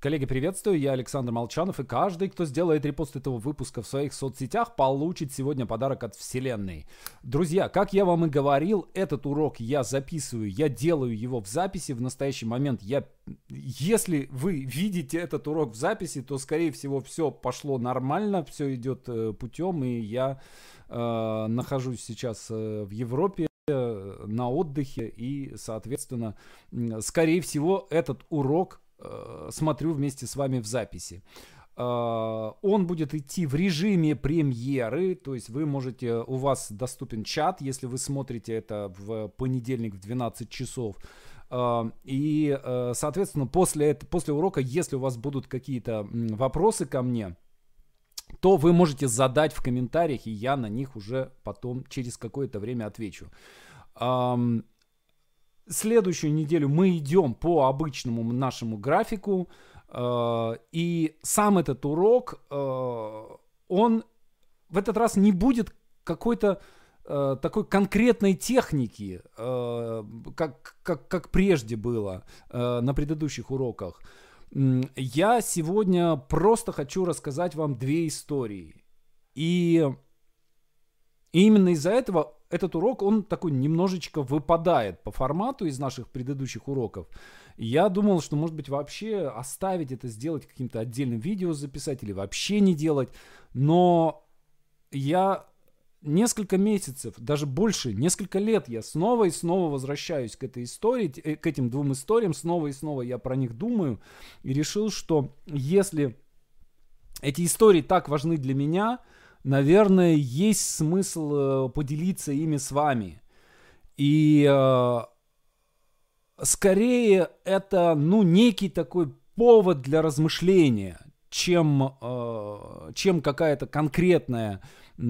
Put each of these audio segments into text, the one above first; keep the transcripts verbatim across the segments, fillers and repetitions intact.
Коллеги, приветствую, я Александр Молчанов, и каждый, кто сделает репост этого выпуска в своих соцсетях, получит сегодня подарок от Вселенной. Друзья, как я вам и говорил, этот урок я записываю, я делаю его в записи в настоящий момент. Я, если вы видите этот урок в записи, то, скорее всего, все пошло нормально, все идет э, путем, и я э, нахожусь сейчас э, в Европе на отдыхе, и, соответственно, скорее всего, этот урок смотрю вместе с вами в записи. Он будет идти в режиме премьеры, то есть вы можете, у вас доступен чат, если вы смотрите это в понедельник в двенадцать часов. И, соответственно, после, после урока, если у вас будут какие-то вопросы ко мне, то вы можете задать в комментариях, и я на них уже потом через какое-то время отвечу. Следующую неделю мы идем по обычному нашему графику, э, и сам этот урок, э, он в этот раз не будет какой-то э, такой конкретной техники, э, как, как, как прежде было э, на предыдущих уроках. Я сегодня просто хочу рассказать вам две истории. И именно из-за этого этот урок, он такой немножечко выпадает по формату из наших предыдущих уроков. Я думал, что, может быть, вообще оставить это, сделать каким-то отдельным видео, записать или вообще не делать. Но я несколько месяцев, даже больше, несколько лет я снова и снова возвращаюсь к этой истории, к этим двум историям, снова и снова я про них думаю. И решил, что если эти истории так важны для меня, наверное, есть смысл э, поделиться ими с вами. И э, скорее это, ну, некий такой повод для размышления, чем, э, чем какая-то конкретная, э,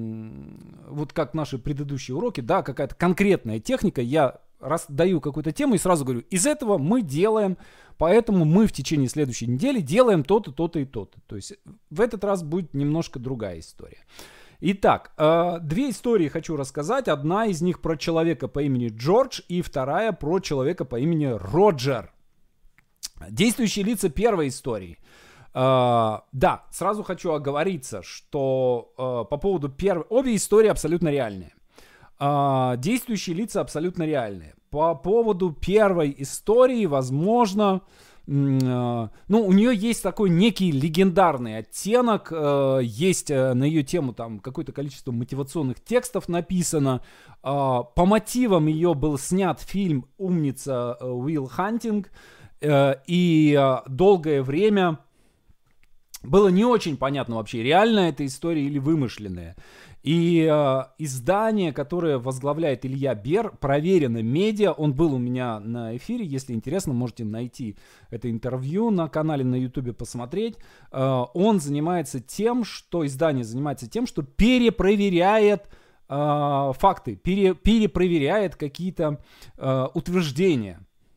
вот как наши предыдущие уроки, да, какая-то конкретная техника. Я раз даю какую-то тему и сразу говорю, из этого мы делаем, поэтому мы в течение следующей недели делаем то-то, то-то и то-то. То есть в этот раз будет немножко другая история. Итак, э, две истории хочу рассказать. Одна из них про человека по имени Джордж, и вторая про человека по имени Роджер. Действующие лица первой истории. Э, да, сразу хочу оговориться, что э, по поводу первой... Обе истории абсолютно реальные. Uh, действующие лица абсолютно реальные. По поводу первой истории, возможно, uh, ну, у нее есть такой некий легендарный оттенок, uh, есть uh, на ее тему там какое-то количество мотивационных текстов написано. Uh, по мотивам ее был снят фильм «Умница» Уилл Хантинг, uh, и uh, долгое время было не очень понятно вообще, реальная эта история или вымышленная. И э, издание, которое возглавляет Илья Бер, проверено медиа, он был у меня на эфире, если интересно, можете найти это интервью на канале на ютубе, посмотреть. Э, он занимается тем, что, издание занимается тем, что перепроверяет э, факты, пере, перепроверяет какие-то э, утверждения.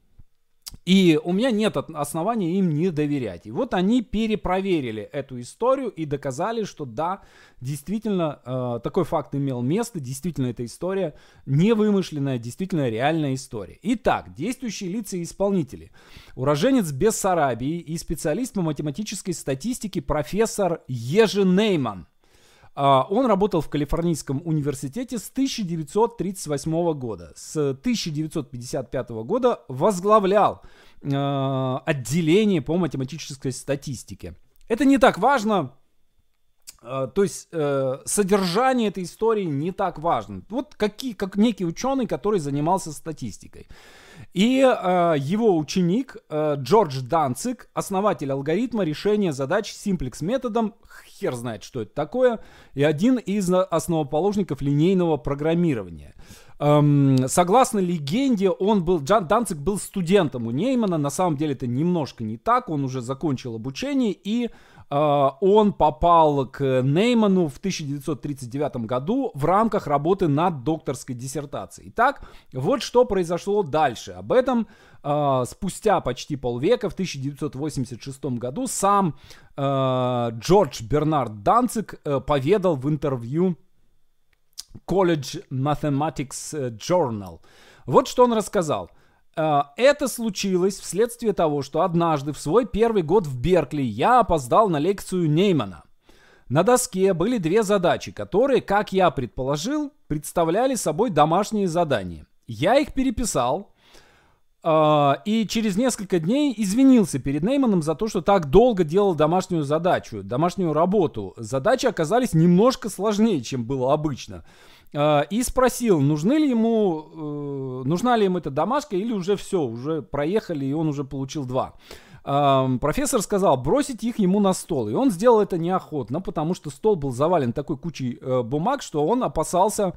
И у меня нет оснований им не доверять. И вот они перепроверили эту историю и доказали, что да, действительно э, такой факт имел место, действительно эта история не вымышленная, действительно реальная история. Итак, действующие лица и исполнители. Уроженец Бессарабии и специалист по математической статистике профессор Ежи Нейман. Он работал в Калифорнийском университете с тысяча девятьсот тридцать восьмого года. С тысяча девятьсот пятьдесят пятого года возглавлял э, отделение по математической статистике. Это не так важно, э, то есть э, содержание этой истории не так важно. Вот какие, как некий ученый, который занимался статистикой. И э, его ученик э, Джордж Данциг, основатель алгоритма решения задач симплекс методом, хер знает, что это такое, и один из основоположников линейного программирования. Эм, согласно легенде, он был, Джан Данциг был студентом у Неймана, на самом деле это немножко не так, он уже закончил обучение, и Uh, он попал к Нейману в тысяча девятьсот тридцать девятом году в рамках работы над докторской диссертацией. Итак, вот что произошло дальше. Об этом uh, спустя почти полвека, в тысяча девятьсот восемьдесят шестом году, сам uh, Джордж Бернард Данциг uh, поведал в интервью College Mathematics Journal. Вот что он рассказал. Это случилось вследствие того, что однажды в свой первый год в Беркли я опоздал на лекцию Неймана. На доске были две задачи, которые, как я предположил, представляли собой домашние задания. Я их переписал и через несколько дней извинился перед Нейманом за то, что так долго делал домашнюю задачу, домашнюю работу. Задачи оказались немножко сложнее, чем было обычно. И спросил, нужны ли ему, нужна ли ему эта домашка или уже все, уже проехали и он уже получил два. Профессор сказал бросить их ему на стол, и он сделал это неохотно, потому что стол был завален такой кучей бумаг, что он опасался,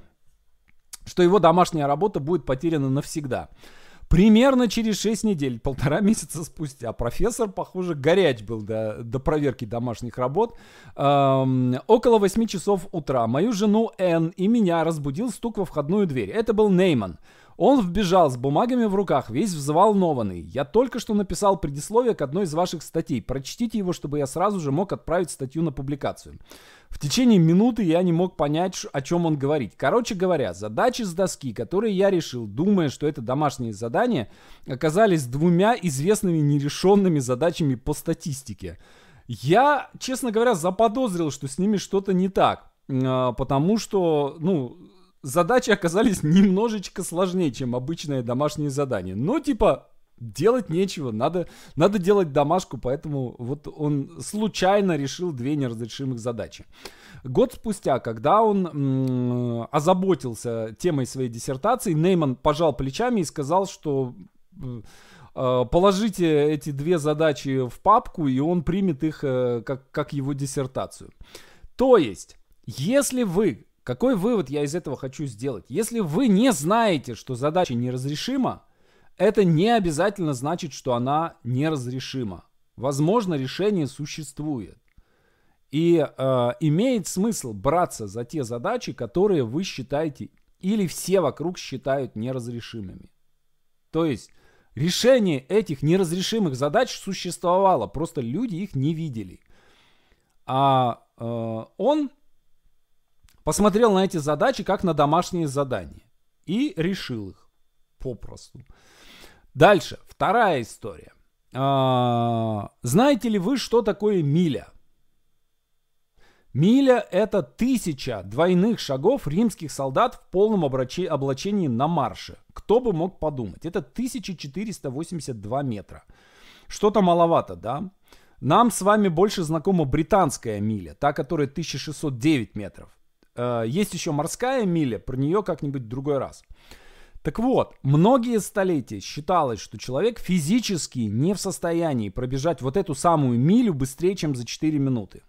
что его домашняя работа будет потеряна навсегда. Примерно через шесть недель, полтора месяца спустя, профессор, похоже, горяч был до, до проверки домашних работ. Эм, около восьми часов утра мою жену Энн и меня разбудил стук во входную дверь. Это был Нейман. Он вбежал с бумагами в руках, весь взволнованный. Я только что написал предисловие к одной из ваших статей. Прочтите его, чтобы я сразу же мог отправить статью на публикацию. В течение минуты я не мог понять, о чем он говорит. Короче говоря, задачи с доски, которые я решил, думая, что это домашние задания, оказались двумя известными нерешенными задачами по статистике. Я, честно говоря, заподозрил, что с ними что-то не так, потому что, ну... задачи оказались немножечко сложнее, чем обычные домашние задания. Но типа делать нечего, надо, надо делать домашку, поэтому вот он случайно решил две неразрешимых задачи. Год спустя, когда он м- озаботился темой своей диссертации, Нейман пожал плечами и сказал, что э, положите эти две задачи в папку, и он примет их э, как, как его диссертацию. То есть, если вы... Какой вывод я из этого хочу сделать? Если вы не знаете, что задача неразрешима, это не обязательно значит, что она неразрешима. Возможно, решение существует. И э, имеет смысл браться за те задачи, которые вы считаете или все вокруг считают неразрешимыми. То есть решение этих неразрешимых задач существовало, просто люди их не видели. А э, он... посмотрел на эти задачи как на домашние задания и решил их попросту. Дальше, вторая история. А, знаете ли вы, что такое миля? Миля — это тысяча двойных шагов римских солдат в полном облачении на марше. Кто бы мог подумать? Это тысяча четыреста восемьдесят два метра. Что-то маловато, да? Нам с вами больше знакома британская миля, та, которая тысяча шестьсот девять метров. Есть еще морская миля, про нее как-нибудь в другой раз. Так вот, многие столетия считалось, что человек физически не в состоянии пробежать вот эту самую милю быстрее, чем за четыре минуты.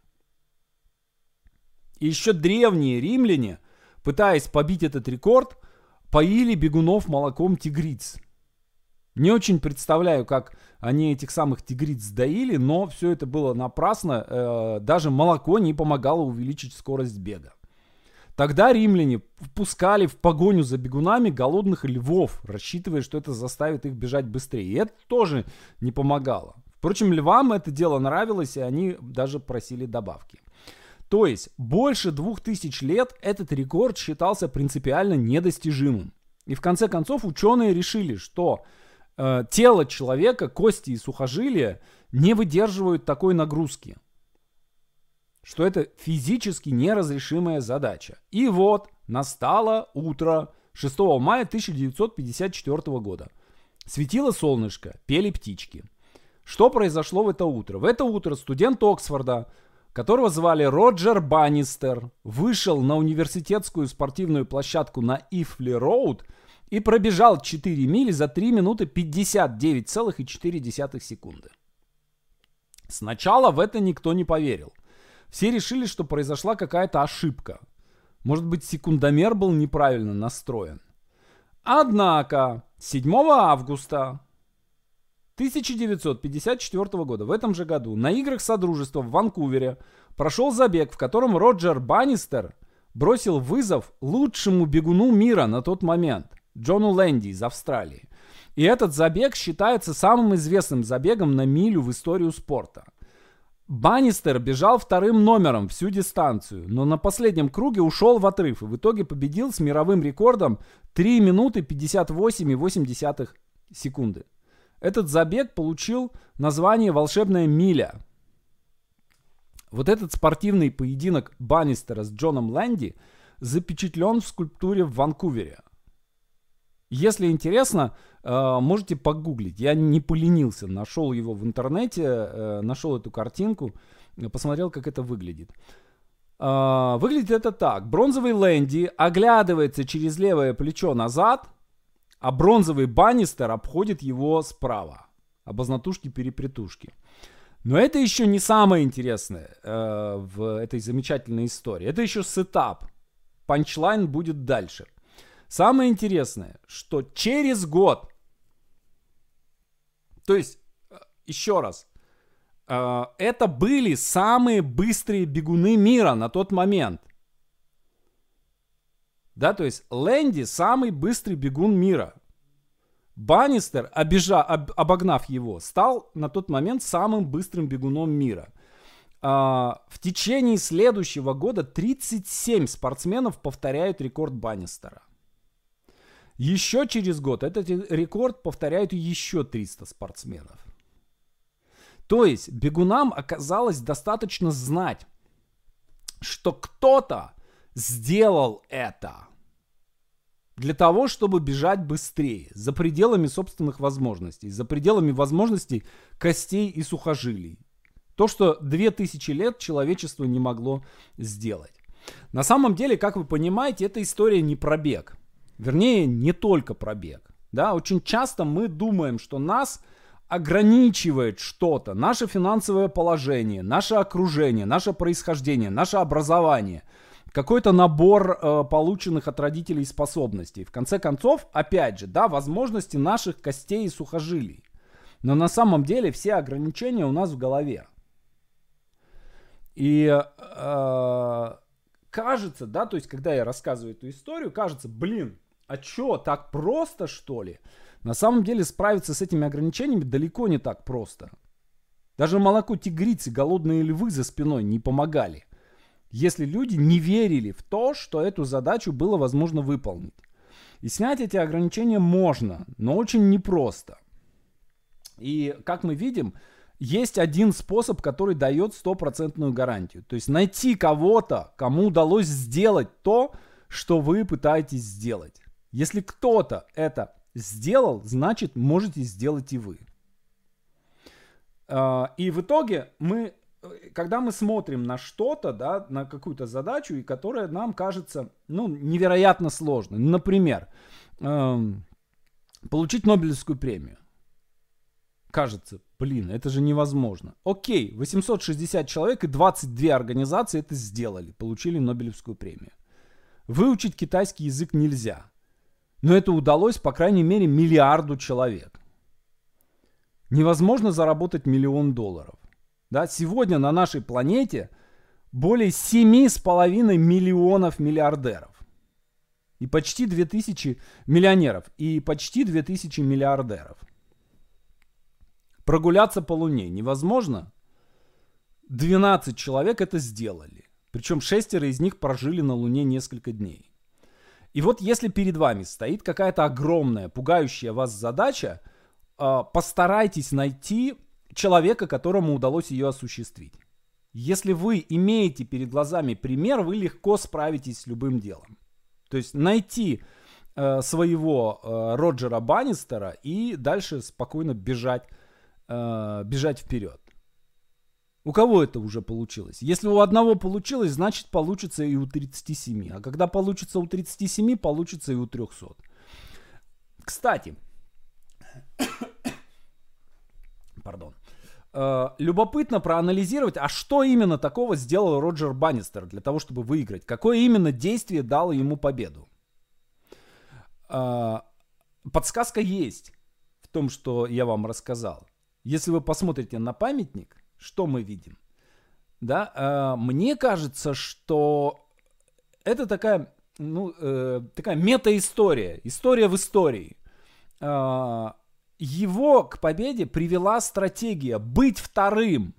И еще древние римляне, пытаясь побить этот рекорд, поили бегунов молоком тигриц. Не очень представляю, как они этих самых тигриц доили, но все это было напрасно. Э, даже молоко не помогало увеличить скорость бега. Тогда римляне впускали в погоню за бегунами голодных львов, рассчитывая, что это заставит их бежать быстрее. И это тоже не помогало. Впрочем, львам это дело нравилось, и они даже просили добавки. То есть больше двух тысяч лет этот рекорд считался принципиально недостижимым. И в конце концов ученые решили, что э, тело человека, кости и сухожилия не выдерживают такой нагрузки. Что это физически неразрешимая задача. И вот настало утро шестого мая тысяча девятьсот пятьдесят четвёртого года. Светило солнышко, пели птички. Что произошло в это утро? В это утро студент Оксфорда, которого звали Роджер Баннистер, вышел на университетскую спортивную площадку на Ифли-Роуд и пробежал четыре мили за три минуты пятьдесят девять целых четыре десятых секунды. Сначала в это никто не поверил. Все решили, что произошла какая-то ошибка. Может быть, секундомер был неправильно настроен. Однако седьмого августа тысяча девятьсот пятьдесят четвёртого года, в этом же году, на играх Содружества в Ванкувере прошел забег, в котором Роджер Баннистер бросил вызов лучшему бегуну мира на тот момент, Джону Лэнди из Австралии. И этот забег считается самым известным забегом на милю в историю спорта. Баннистер бежал вторым номером всю дистанцию, но на последнем круге ушел в отрыв и в итоге победил с мировым рекордом три минуты пятьдесят восемь и восемь десятых секунды. Этот забег получил название «Волшебная миля». Вот этот спортивный поединок Баннистера с Джоном Лэнди запечатлен в скульптуре в Ванкувере. Если интересно, можете погуглить. Я не поленился, нашел его в интернете, нашел эту картинку, посмотрел, как это выглядит. Выглядит это так. Бронзовый Лэнди оглядывается через левое плечо назад, а бронзовый Баннистер обходит его справа. Обознатушки-перепретушки. Но это еще не самое интересное э, в этой замечательной истории. Это еще сетап. Панчлайн будет дальше. Самое интересное, что через год, то есть, еще раз, э, это были самые быстрые бегуны мира на тот момент. Да, то есть Лэнди самый быстрый бегун мира. Баннистер, обежа, об, обогнав его, стал на тот момент самым быстрым бегуном мира. А, в течение следующего года тридцать семь спортсменов повторяют рекорд Баннистера. Еще через год этот рекорд повторяют еще триста спортсменов. То есть бегунам оказалось достаточно знать, что кто-то сделал это для того, чтобы бежать быстрее, за пределами собственных возможностей, за пределами возможностей костей и сухожилий. То, что две тысячи лет человечество не могло сделать. На самом деле, как вы понимаете, эта история не про бег. Вернее, не только про бег. Да? Очень часто мы думаем, что нас ограничивает что-то. Наше финансовое положение, наше окружение, наше происхождение, наше образование. Какой-то набор э, полученных от родителей способностей. В конце концов, опять же, да, возможности наших костей и сухожилий. Но на самом деле все ограничения у нас в голове. И э, кажется, да, то есть, когда я рассказываю эту историю, кажется, блин, а чё, так просто, что ли? На самом деле справиться с этими ограничениями далеко не так просто. Даже молоко тигрицы, голодные львы за спиной не помогали. Если люди не верили в то, что эту задачу было возможно выполнить. И снять эти ограничения можно, но очень непросто. И, как мы видим, есть один способ, который дает стопроцентную гарантию. То есть найти кого-то, кому удалось сделать то, что вы пытаетесь сделать. Если кто-то это сделал, значит, можете сделать и вы. И в итоге мы... Когда мы смотрим на что-то, да, на какую-то задачу, и которая нам кажется, ну, невероятно сложной. Например, эм, получить Нобелевскую премию. Кажется, блин, это же невозможно. Окей, восемьсот шестьдесят человек и двадцать две организации это сделали, получили Нобелевскую премию. Выучить китайский язык нельзя. Но это удалось, по крайней мере, миллиарду человек. Невозможно заработать миллион долларов. Да, сегодня на нашей планете более семь с половиной миллионов миллиардеров. И почти две тысячи миллионеров. И почти две тысячи миллиардеров. Прогуляться по Луне невозможно? двенадцать человек это сделали. Причем шестеро из них прожили на Луне несколько дней. И вот если перед вами стоит какая-то огромная, пугающая вас задача, постарайтесь найти... человека, которому удалось ее осуществить. Если вы имеете перед глазами пример, вы легко справитесь с любым делом. То есть найти э, своего э, Роджера Баннистера и дальше спокойно бежать, э, бежать вперед. У кого это уже получилось? Если у одного получилось, значит получится и у тридцати семи. А когда получится у тридцати семи, получится и у трехсот. Кстати, пардон. Uh, любопытно проанализировать, а что именно такого сделал Роджер Баннистер для того, чтобы выиграть? Какое именно действие дало ему победу? Uh, подсказка есть в том, что я вам рассказал. Если вы посмотрите на памятник, что мы видим? Да, uh, мне кажется, что это такая, ну, uh, такая мета-история. История в истории. Uh, Его к победе привела стратегия быть вторым.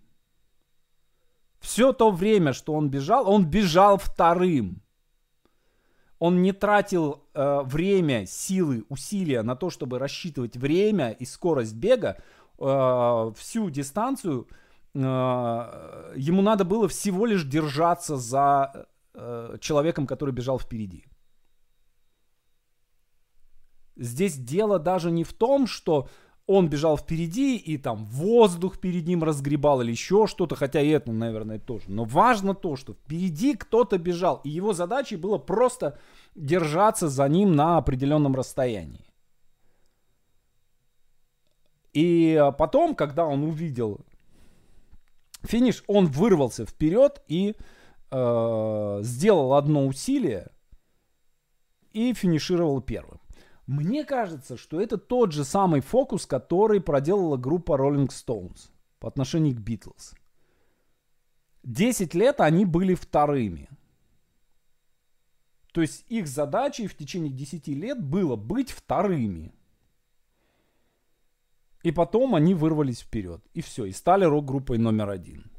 Все то время, что он бежал, он бежал вторым. Он не тратил э, время, силы, усилия на то, чтобы рассчитывать время и скорость бега. Э, всю дистанцию э, ему надо было всего лишь держаться за э, человеком, который бежал впереди. Здесь дело даже не в том, что он бежал впереди и там воздух перед ним разгребал или еще что-то, хотя и это, наверное, тоже. Но важно то, что впереди кто-то бежал, и его задачей было просто держаться за ним на определенном расстоянии. И потом, когда он увидел финиш, он вырвался вперед и э, сделал одно усилие и финишировал первым. Мне кажется, что это тот же самый фокус, который проделала группа Rolling Stones по отношению к Beatles. Десять лет они были вторыми. То есть их задачей в течение десяти лет было быть вторыми. И потом они вырвались вперед. И все, и стали рок-группой номер один.